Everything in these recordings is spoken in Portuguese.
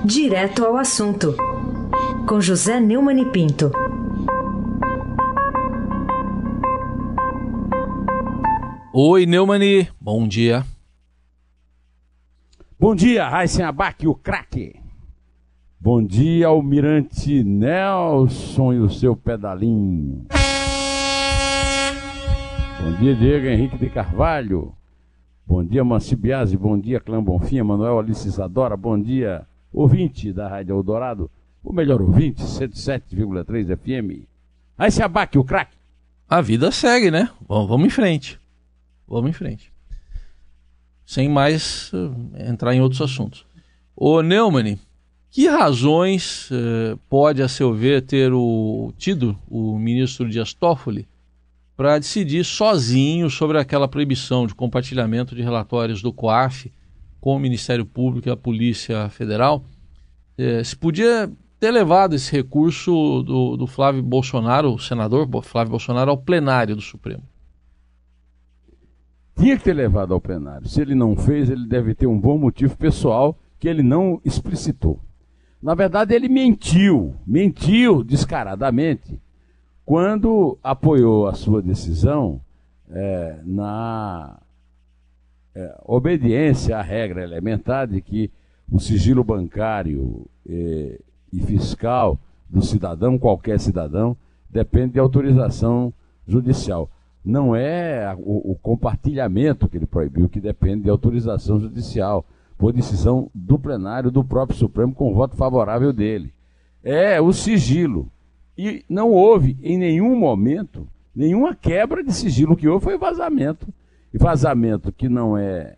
Direto ao assunto, com José Neumann e Pinto. Oi, Neumann, bom dia. Bom dia, Raíssen Abac, o craque. Bom dia, Almirante Nelson e o seu pedalinho. Bom dia, Diego Henrique de Carvalho. Bom dia, Manci Biasi. Bom dia, Clã Bonfim, Manuel Alice Isadora. Bom dia, ouvinte da Rádio Eldorado, o melhor ouvinte, 107,3 FM. Raíssen Abac, o craque. A vida segue, né? Vamos em frente. Vamos em frente. Sem mais entrar em outros assuntos. Ô Neumann, que razões pode, a seu ver, ter tido o ministro Dias Toffoli para decidir sozinho sobre aquela proibição de compartilhamento de relatórios do COAF com o Ministério Público e a Polícia Federal? Se podia ter levado esse recurso do Flávio Bolsonaro, o senador Flávio Bolsonaro, ao plenário do Supremo. Tinha que ter levado ao plenário. Se ele não fez, ele deve ter um bom motivo pessoal que ele não explicitou. Na verdade, ele mentiu descaradamente quando apoiou a sua decisão na obediência à regra elementar de que o sigilo bancário e fiscal do cidadão, qualquer cidadão, depende de autorização judicial. Não é o compartilhamento que ele proibiu, que depende de autorização judicial, por decisão do plenário do próprio Supremo, com voto favorável dele. É o sigilo. E não houve, em nenhum momento, nenhuma quebra de sigilo. O que houve foi vazamento. E vazamento que não é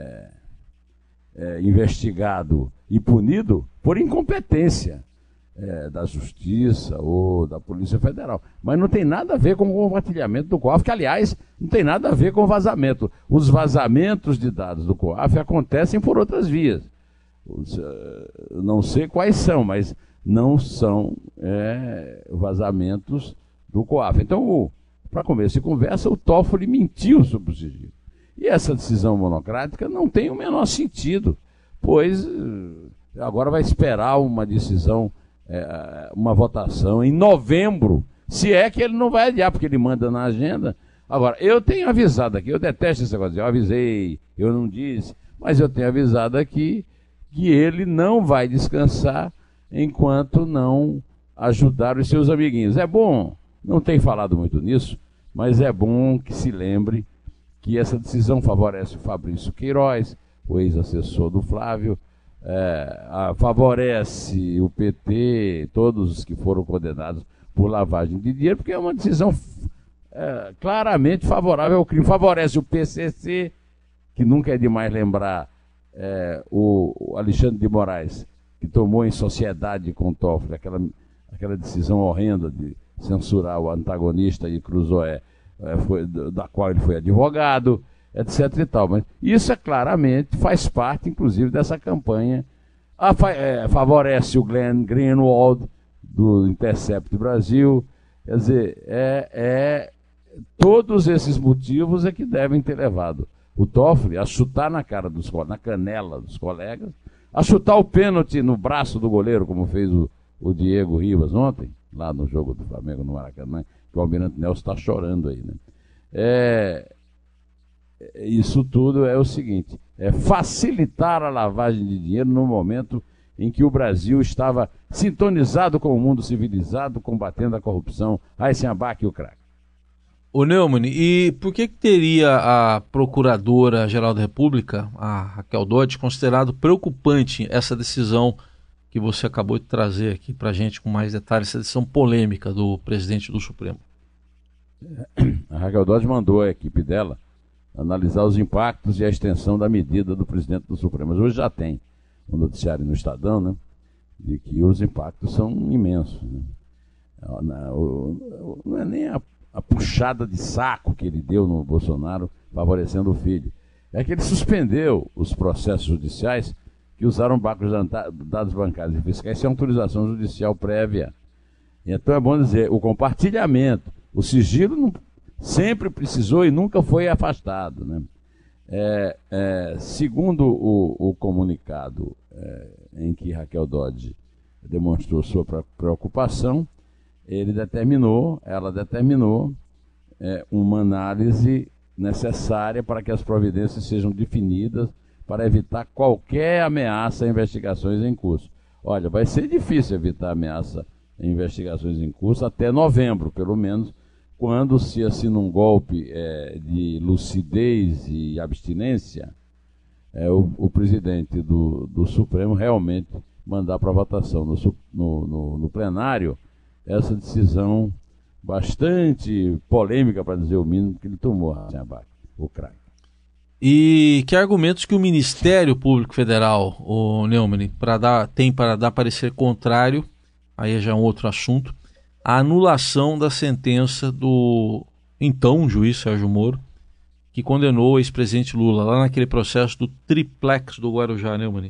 investigado e punido por incompetência da Justiça ou da Polícia Federal. Mas não tem nada a ver com o compartilhamento do COAF, que, aliás, não tem nada a ver com vazamento. Os vazamentos de dados do COAF acontecem por outras vias. Não sei quais são, mas não são vazamentos do COAF. Então, para começo de conversa, o Toffoli mentiu sobre o sigilo. E essa decisão monocrática não tem o menor sentido, pois agora vai esperar uma decisão, uma votação em novembro, se é que ele não vai adiar, porque ele manda na agenda. Agora, eu tenho avisado aqui, eu detesto esse negócio, eu avisei, eu não disse, mas eu tenho avisado aqui que ele não vai descansar enquanto não ajudar os seus amiguinhos. É bom, não tem falado muito nisso, mas é bom que se lembre que essa decisão favorece o Fabrício Queiroz, o ex-assessor do Flávio, favorece o PT, todos os que foram condenados por lavagem de dinheiro, porque é uma decisão claramente favorável ao crime. Favorece o PCC, que nunca é demais lembrar, o Alexandre de Moraes, que tomou em sociedade com o Toffoli aquela decisão horrenda de censurar o antagonista e Cruzoé, da qual ele foi advogado, etc e tal. Mas isso claramente faz parte, inclusive, dessa campanha. Favorece o Glenn Greenwald, do Intercept Brasil. Quer dizer, todos esses motivos é que devem ter levado o Toffoli a chutar na canela dos colegas, a chutar o pênalti no braço do goleiro, como fez o Diego Ribas ontem, lá no jogo do Flamengo no Maracanã, que o Almirante Nelson está chorando aí, né? Isso tudo é o seguinte: facilitar a lavagem de dinheiro no momento em que o Brasil estava sintonizado com o mundo civilizado, combatendo a corrupção. Raíssen Abac, o craque. Ô Neumann, e por que teria a Procuradora-Geral da República, a Raquel Dodge, considerado preocupante essa decisão que você acabou de trazer aqui para a gente com mais detalhes, essa decisão polêmica do presidente do Supremo? A Raquel Dodge mandou a equipe dela analisar os impactos e a extensão da medida do presidente do Supremo. Mas hoje já tem um noticiário no Estadão, né, de que os impactos são imensos, né? Não é nem a puxada de saco que ele deu no Bolsonaro favorecendo o filho. É que ele suspendeu os processos judiciais que usaram bancos de dados bancários e fiscais sem autorização judicial prévia. Então é bom dizer, o compartilhamento, o sigilo sempre precisou e nunca foi afastado, né? Segundo o comunicado em que Raquel Dodge demonstrou sua preocupação, ela determinou uma análise necessária para que as providências sejam definidas para evitar qualquer ameaça a investigações em curso. Olha, vai ser difícil evitar ameaça a investigações em curso até novembro, pelo menos, quando se assina um golpe de lucidez e abstinência, o presidente do Supremo realmente mandar para votação no plenário essa decisão bastante polêmica, para dizer o mínimo, que ele tomou, o craque. E que argumentos que o Ministério Público Federal, o Neumann, tem para dar parecer contrário, aí já é um outro assunto, a anulação da sentença do então juiz Sérgio Moro, que condenou o ex-presidente Lula lá naquele processo do triplex do Guarujá, Neumann?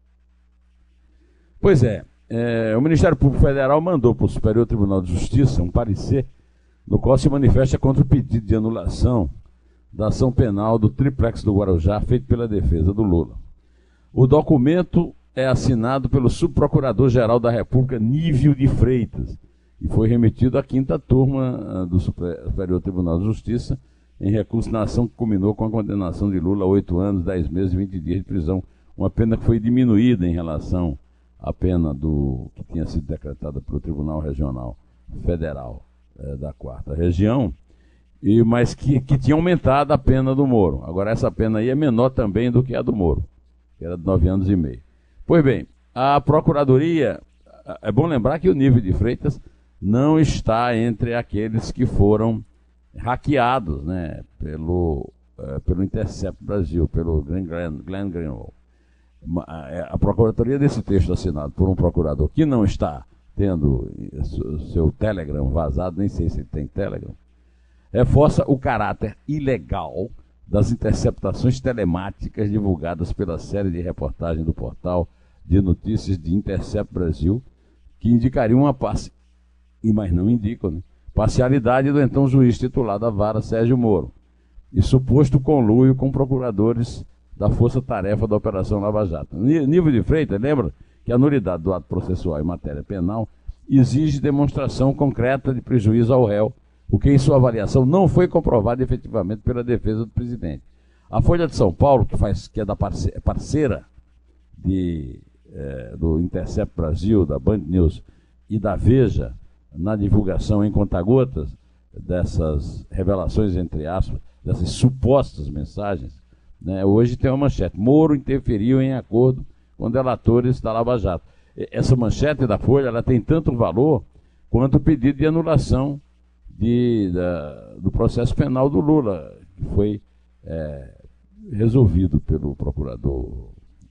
Pois o Ministério Público Federal mandou para o Superior Tribunal de Justiça um parecer no qual se manifesta contra o pedido de anulação da ação penal do triplex do Guarujá feito pela defesa do Lula. O documento é assinado pelo Subprocurador-Geral da República, Nívio de Freitas, e foi remetido à 5ª turma do Superior Tribunal de Justiça em recurso na ação que culminou com a condenação de Lula a 8 anos, 10 meses e 20 dias de prisão, uma pena que foi diminuída em relação à pena que tinha sido decretada pelo Tribunal Regional Federal da 4ª Região, mas que tinha aumentado a pena do Moro. Agora essa pena aí é menor também do que a do Moro, que era de 9 anos e meio. Pois bem, a Procuradoria, é bom lembrar que o Nívio de Freitas não está entre aqueles que foram hackeados, né, pelo Intercept Brasil, pelo Glenn Greenwald. A Procuradoria desse texto assinado por um procurador que não está tendo seu Telegram vazado, nem sei se ele tem Telegram, reforça o caráter ilegal das interceptações telemáticas divulgadas pela série de reportagem do portal de notícias de Intercept Brasil, que indicariam mas não indicam, né, parcialidade do então juiz titular da vara, Sérgio Moro, e suposto conluio com procuradores da força-tarefa da Operação Lava Jato. Nívio de Freitas lembra que a nulidade do ato processual em matéria penal exige demonstração concreta de prejuízo ao réu, o que em sua avaliação não foi comprovado efetivamente pela defesa do presidente. A Folha de São Paulo, que é da parceira do Intercept Brasil, da Band News e da Veja, na divulgação em conta-gotas dessas revelações, entre aspas, dessas supostas mensagens, né, hoje tem uma manchete: Moro interferiu em acordo com delatores da Lava Jato. Essa manchete da Folha, ela tem tanto valor quanto o pedido de anulação do processo penal do Lula, que foi resolvido pelo procurador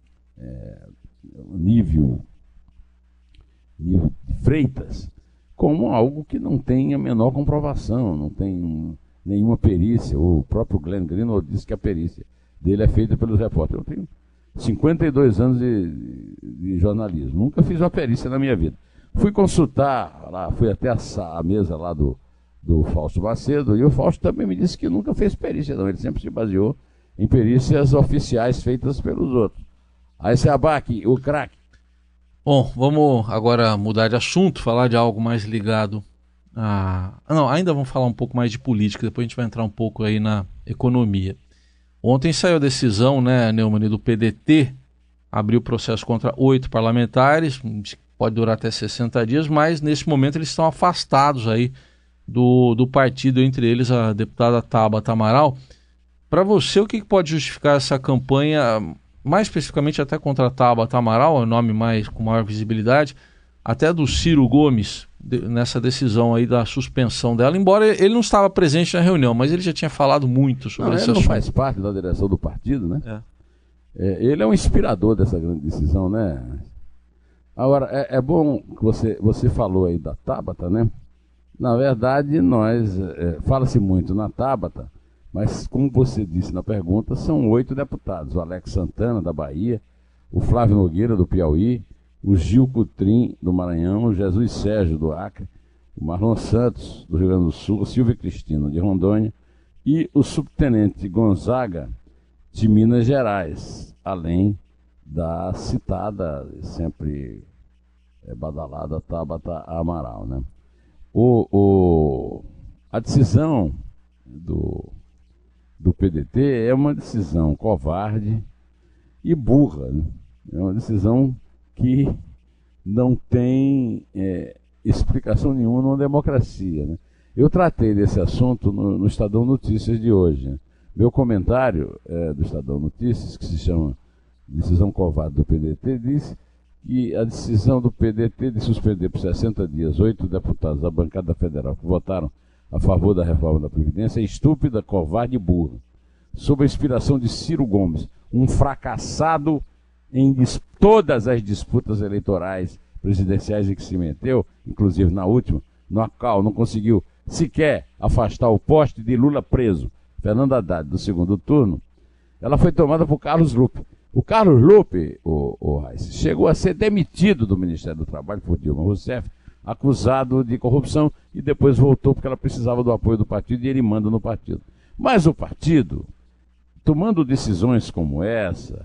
Nívio de Freitas, como algo que não tem a menor comprovação, não tem nenhuma perícia. O próprio Glenn Greenwald disse que a perícia dele é feita pelos repórteres. Eu tenho 52 anos de jornalismo, nunca fiz uma perícia na minha vida. Fui consultar, fui até a mesa lá do Fausto Macedo, e o Fausto também me disse que nunca fez perícia, não. Ele sempre se baseou em perícias oficiais feitas pelos outros. Aí se abaque, o craque. Bom, vamos agora mudar de assunto, falar de algo mais ligado a... Não, ainda vamos falar um pouco mais de política, depois a gente vai entrar um pouco aí na economia. Ontem saiu a decisão, né, Neumann, do PDT, abriu processo contra 8 parlamentares, pode durar até 60 dias, mas nesse momento eles estão afastados aí do partido, entre eles a deputada Tabata Amaral. Para você, o que pode justificar essa campanha, mais especificamente até contra a Tabata Amaral, é o nome com maior visibilidade, até do Ciro Gomes, nessa decisão aí da suspensão dela, embora ele não estava presente na reunião, mas ele já tinha falado muito sobre esse assunto. Ele não faz parte da direção do partido, né? Ele é um inspirador dessa grande decisão, né? Agora, é bom que você falou aí da Tabata, né? Na verdade, fala-se muito na Tabata, mas como você disse na pergunta, são 8 deputados: o Alex Santana, da Bahia, o Flávio Nogueira, do Piauí, o Gil Cutrim, do Maranhão, o Jesus Sérgio, do Acre, o Marlon Santos, do Rio Grande do Sul, a Silvia Cristina, de Rondônia, e o subtenente Gonzaga, de Minas Gerais, além da citada, sempre badalada Tabata Amaral, né? A decisão do PDT é uma decisão covarde e burra, né? É uma decisão que não tem explicação nenhuma numa democracia, né? Eu tratei desse assunto no Estadão Notícias de hoje, né? Meu comentário do Estadão Notícias, que se chama Decisão Covarde do PDT, disse que a decisão do PDT de suspender por 60 dias 8 deputados da bancada federal que votaram a favor da reforma da Previdência é estúpida, covarde e burra. Sob a inspiração de Ciro Gomes, um fracassado em todas as disputas eleitorais presidenciais em que se meteu, inclusive na última, no qual não conseguiu sequer afastar o poste de Lula preso, Fernando Haddad, do segundo turno, ela foi tomada por Carlos Lupe. O Carlos Lupe, o Reis, chegou a ser demitido do Ministério do Trabalho por Dilma Rousseff, acusado de corrupção, e depois voltou porque ela precisava do apoio do partido e ele manda no partido. Mas o partido, tomando decisões como essa,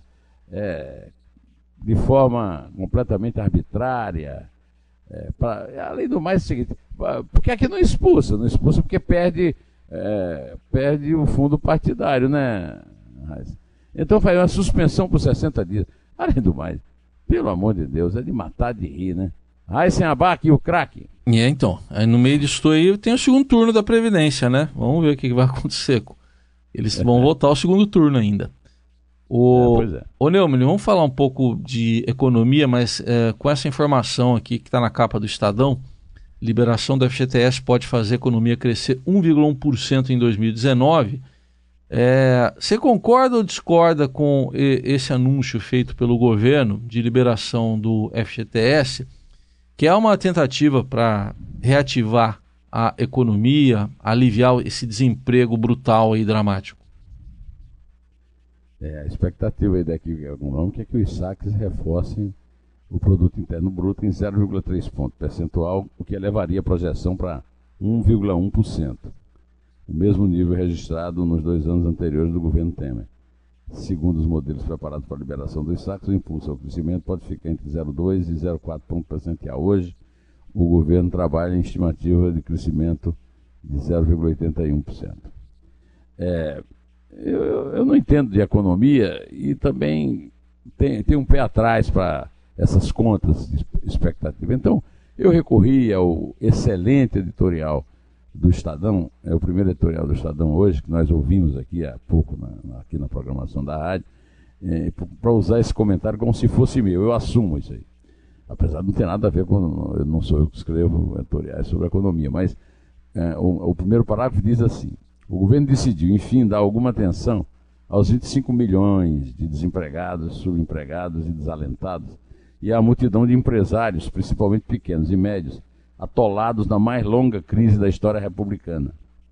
de forma completamente arbitrária, além do mais, é o seguinte, porque aqui não expulsa porque perde o fundo partidário, né, Reis? Então faz uma suspensão por 60 dias. Além do mais, pelo amor de Deus, é de matar de rir, né? Raíssen Abac e o craque. Então, aí no meio disso aí tem o segundo turno da Previdência, né? Vamos ver o que vai acontecer. Eles vão votar o segundo turno ainda. Pois é. Ô Neumann, vamos falar um pouco de economia, mas com essa informação aqui que está na capa do Estadão, liberação do FGTS pode fazer a economia crescer 1,1% em 2019. Você concorda ou discorda com esse anúncio feito pelo governo de liberação do FGTS, que é uma tentativa para reativar a economia, aliviar esse desemprego brutal e dramático? A expectativa aí daqui econômica é que os saques reforcem o produto interno bruto em 0,3 ponto percentual, o que elevaria a projeção para 1,1%. O mesmo nível registrado nos 2 anos anteriores do governo Temer. Segundo os modelos preparados para a liberação dos saques, o impulso ao crescimento pode ficar entre 0,2 e 0,4 ponto percentual. Hoje, o governo trabalha em estimativa de crescimento de 0,81%. Eu não entendo de economia e também tem um pé atrás para essas contas de expectativa. Então, eu recorri ao excelente editorial do Estadão, é o primeiro editorial do Estadão hoje, que nós ouvimos aqui há pouco aqui na programação da rádio, para usar esse comentário como se fosse meu. Eu assumo isso aí. Apesar de não ter nada a ver com... Eu não sou eu que escrevo editoriais sobre economia, mas o primeiro parágrafo diz assim: o governo decidiu, enfim, dar alguma atenção aos 25 milhões de desempregados, subempregados e desalentados, e à multidão de empresários, principalmente pequenos e médios, atolados na mais longa crise da história republicana.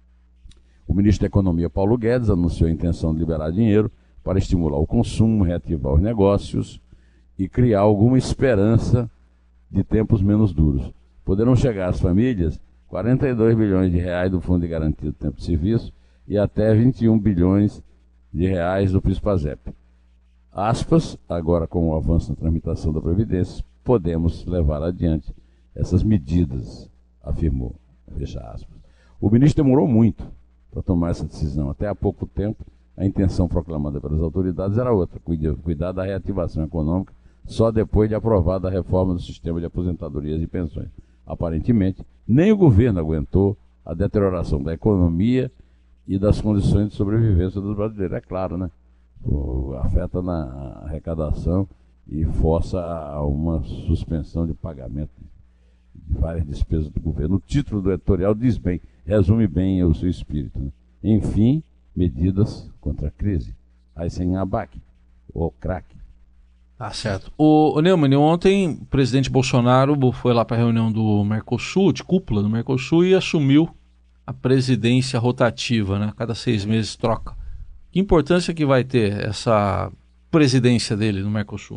O ministro da Economia, Paulo Guedes, anunciou a intenção de liberar dinheiro para estimular o consumo, reativar os negócios e criar alguma esperança de tempos menos duros. Poderão chegar às famílias 42 bilhões de reais do Fundo de Garantia do Tempo de Serviço e até 21 bilhões de reais do PIS/PASEP. Aspas, agora com o avanço na tramitação da Previdência, podemos levar adiante essas medidas, afirmou. Fecha aspas. O ministro demorou muito para tomar essa decisão. Até há pouco tempo, a intenção proclamada pelas autoridades era outra: cuidar da reativação econômica só depois de aprovada a reforma do sistema de aposentadorias e pensões. Aparentemente, nem o governo aguentou a deterioração da economia e das condições de sobrevivência dos brasileiros. É claro, né? Afeta na arrecadação e força a uma suspensão de pagamento de várias despesas do governo. O título do editorial diz bem, resume bem o seu espírito, né? Enfim, medidas contra a crise. Raíssen Abac, o craque. Tá certo. O Neumann, ontem o presidente Bolsonaro foi lá para a reunião do Mercosul, de cúpula do Mercosul, e assumiu a presidência rotativa, né? Cada 6 meses troca. Que importância que vai ter essa presidência dele no Mercosul?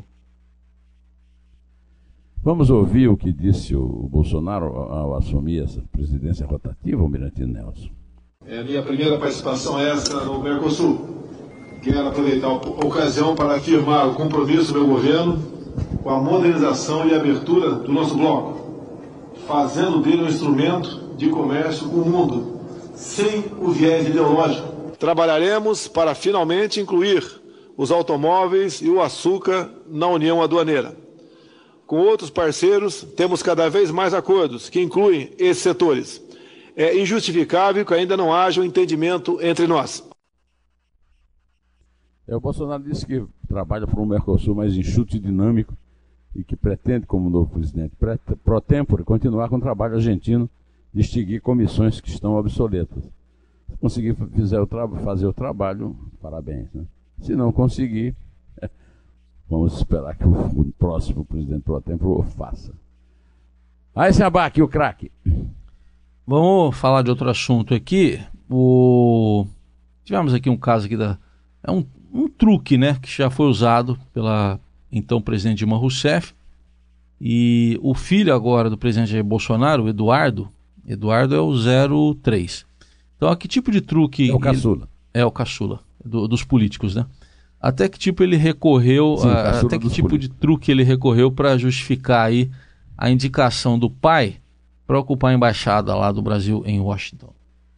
Vamos ouvir o que disse o Bolsonaro ao assumir essa presidência rotativa, Almirante Nelson. Minha primeira participação é essa no Mercosul. Quero aproveitar a ocasião para afirmar o compromisso do meu governo com a modernização e abertura do nosso bloco, fazendo dele um instrumento de comércio com o mundo, sem o viés ideológico. Trabalharemos para finalmente incluir os automóveis e o açúcar na União Aduaneira. Com outros parceiros, temos cada vez mais acordos que incluem esses setores. É injustificável que ainda não haja um entendimento entre nós. O Bolsonaro disse que trabalha por um Mercosul mais enxuto e dinâmico e que pretende, como novo presidente pro tempore, continuar com o trabalho argentino de extinguir comissões que estão obsoletas. Se conseguir fazer o trabalho, parabéns, né? Se não conseguir, vamos esperar que o próximo presidente pro tempore o faça. Aí se abaque o craque. Vamos falar de outro assunto aqui. Tivemos aqui um caso aqui é um truque, né, que já foi usado pela então presidente Dilma Rousseff, e o filho agora do presidente Jair Bolsonaro, o Eduardo é o 03. Então, a que tipo de truque... É o caçula. É o caçula, dos políticos, né? Até que tipo ele recorreu, Sim, até que tipo de truque ele recorreu para justificar aí a indicação do pai para ocupar a embaixada lá do Brasil em Washington?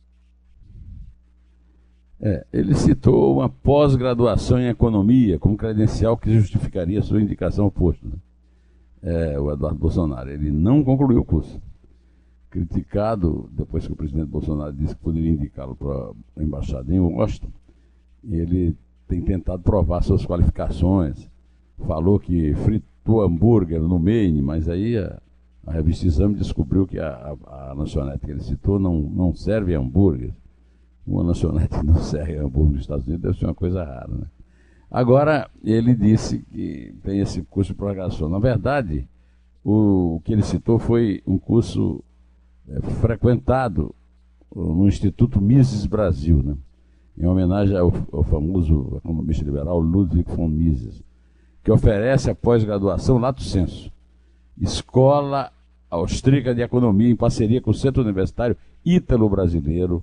Ele citou uma pós-graduação em economia como credencial que justificaria sua indicação ao posto, né? O Eduardo Bolsonaro, ele não concluiu o curso. Criticado depois que o presidente Bolsonaro disse que poderia indicá-lo para a embaixada em Washington, ele tem tentado provar suas qualificações, falou que fritou hambúrguer no Maine, mas aí a revista Exame descobriu que a lanchonete que ele citou não serve hambúrguer. Uma lanchonete que não serve hambúrguer nos Estados Unidos deve ser uma coisa rara, né? Agora, ele disse que tem esse curso de prorrogação. Na verdade, o que ele citou foi um curso frequentado no Instituto Mises Brasil, né? Em homenagem ao famoso economista liberal Ludwig von Mises, que oferece a pós-graduação lato sensu, Escola Austríaca de Economia, em parceria com o Centro Universitário Ítalo-Brasileiro,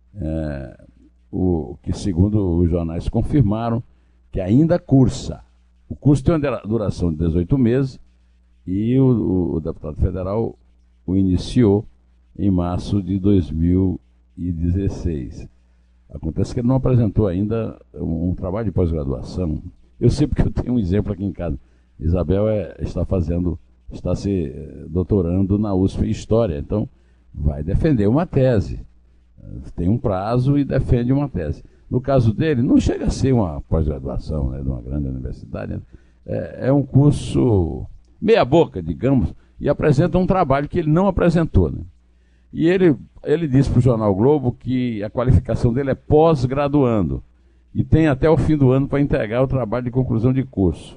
que, segundo os jornais confirmaram, que ainda cursa. O curso tem uma duração de 18 meses e o deputado federal o iniciou em março de 2016. Acontece que ele não apresentou ainda um trabalho de pós-graduação. Eu sei porque eu tenho um exemplo aqui em casa. Isabel está se doutorando na USP em História, então vai defender uma tese. Tem um prazo e defende uma tese. No caso dele, não chega a ser uma pós-graduação, né, de uma grande universidade, né? É um curso meia boca, digamos, e apresenta um trabalho que ele não apresentou, né? E ele disse para o Jornal Globo que a qualificação dele é pós-graduando e tem até o fim do ano para entregar o trabalho de conclusão de curso.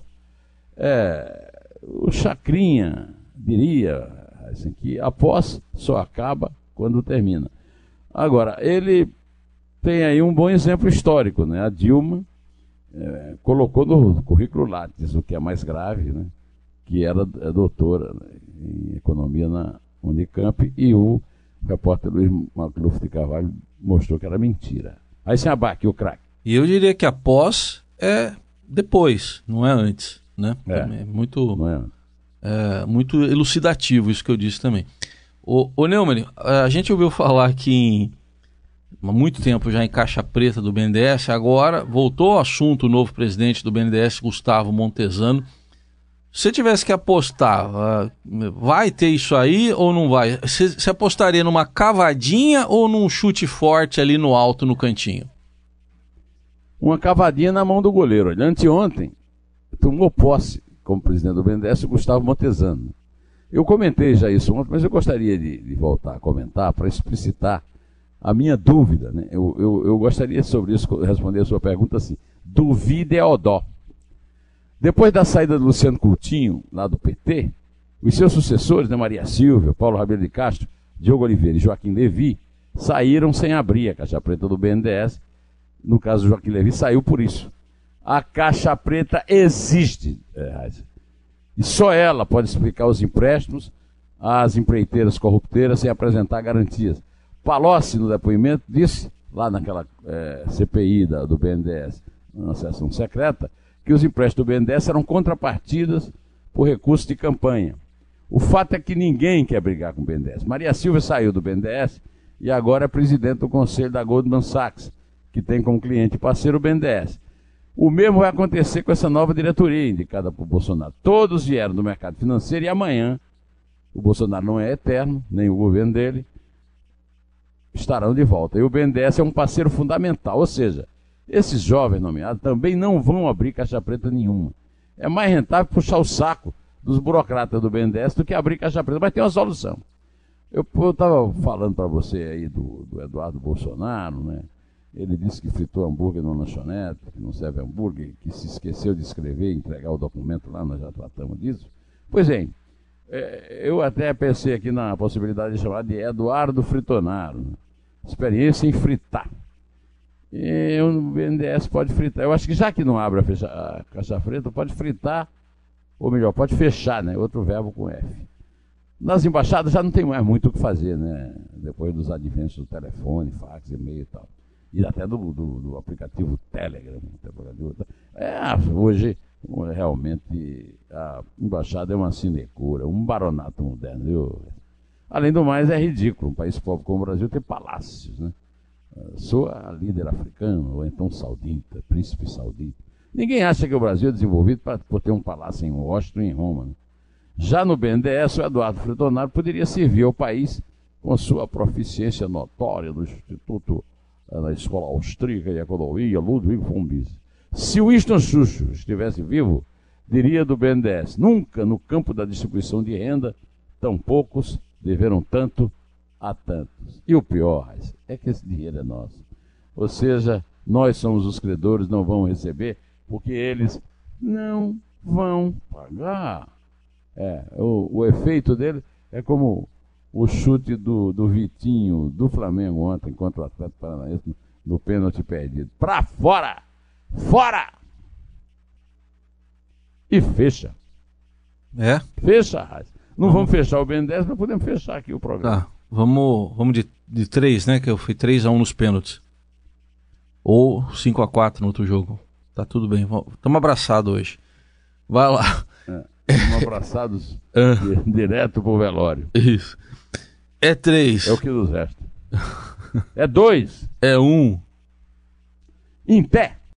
O Chacrinha diria assim, que a pós só acaba quando termina. Agora, ele tem aí um bom exemplo histórico, né? A Dilma colocou no currículo Lattes, o que é mais grave, né? Que era doutora, né, em economia na Unicamp, e o repórter Luiz Macluf de Carvalho mostrou que era mentira. Aí se abaque o craque. E eu diria que a pós é depois, não é antes, né? Muito, não é antes. Muito elucidativo isso que eu disse também. Ô Neumann, a gente ouviu falar que há muito tempo já em caixa preta do BNDES, agora voltou ao assunto o novo presidente do BNDES, Gustavo Montesano. Se você tivesse que apostar, vai ter isso aí ou não vai? Você apostaria numa cavadinha ou num chute forte ali no alto, no cantinho? Uma cavadinha na mão do goleiro. Anteontem, tomou posse como presidente do BNDES o Gustavo Montesano. Eu comentei já isso ontem, mas eu gostaria de voltar a comentar para explicitar a minha dúvida, né? Eu gostaria sobre isso responder a sua pergunta assim: duvida é odó. Depois da saída do Luciano Coutinho, lá do PT, os seus sucessores, né, Maria Silvia, Paulo Rabelo de Castro, Diogo Oliveira e Joaquim Levy, saíram sem abrir a caixa preta do BNDES. No caso do Joaquim Levy, saiu por isso. A caixa preta existe, e só ela pode explicar os empréstimos às empreiteiras corrupteiras sem apresentar garantias. Palocci, no depoimento, disse, lá naquela CPI do BNDES, na sessão secreta, que os empréstimos do BNDES eram contrapartidas por recursos de campanha. O fato é que ninguém quer brigar com o BNDES. Maria Silvia saiu do BNDES e agora é presidente do conselho da Goldman Sachs, que tem como cliente e parceiro o BNDES. O mesmo vai acontecer com essa nova diretoria indicada por Bolsonaro. Todos vieram do mercado financeiro e amanhã, o Bolsonaro não é eterno, nem o governo dele, estarão de volta. E o BNDES é um parceiro fundamental, ou seja, esses jovens nomeados também não vão abrir caixa preta nenhuma. É mais rentável puxar o saco dos burocratas do BNDES do que abrir caixa preta, mas tem uma solução. Eu estava falando para você aí do Eduardo Bolsonaro, né? Ele disse que fritou hambúrguer no lanchonete, que não serve hambúrguer, que se esqueceu de escrever e entregar o documento lá, nós já tratamos disso. Pois bem, eu até pensei aqui na possibilidade de chamar de Eduardo Fritonaro, né? Experiência em fritar. E o BNDES pode fritar. Eu acho que já que não abre a caixa preta, pode fritar, ou melhor, pode fechar, né? Outro verbo com F. Nas embaixadas já não tem mais muito o que fazer, né? Depois dos adventos do telefone, fax, e-mail e tal. E até do aplicativo Telegram. Hoje, realmente, a embaixada é uma sinecura, um baronato moderno, viu? Além do mais, é ridículo um país pobre como o Brasil ter palácios, né? Sou a líder africana, ou então saudita, príncipe saudita. Ninguém acha que o Brasil é desenvolvido por ter um palácio em Washington e em Roma, né? Já no BNDES, o Eduardo Fritonaro poderia servir ao país com sua proficiência notória no Instituto, na Escola Austríaca de Economia, Ludwig von Mises. Se o Winston Churchill estivesse vivo, diria do BNDES: nunca no campo da distribuição de renda, tão poucos deveram tanto a tantos. E o pior é que esse dinheiro é nosso. Ou seja, nós somos os credores, não vamos receber, porque eles não vão pagar. O efeito dele é como o chute do Vitinho, do Flamengo ontem, contra o Atlético Paranaense, no pênalti perdido. Pra fora! Fora! E fecha. Fecha, Raiz. Não vamos fechar o BNDES, mas podemos fechar aqui o programa. Tá, vamos de 3, né? Que eu fui 3-1 nos pênaltis. Ou 5-4 no outro jogo. Tá tudo bem. Estamos abraçados hoje. Vai lá. Estamos abraçados direto pro velório. Isso. É 3. É o que nos resta. É 2. É 1. Em pé.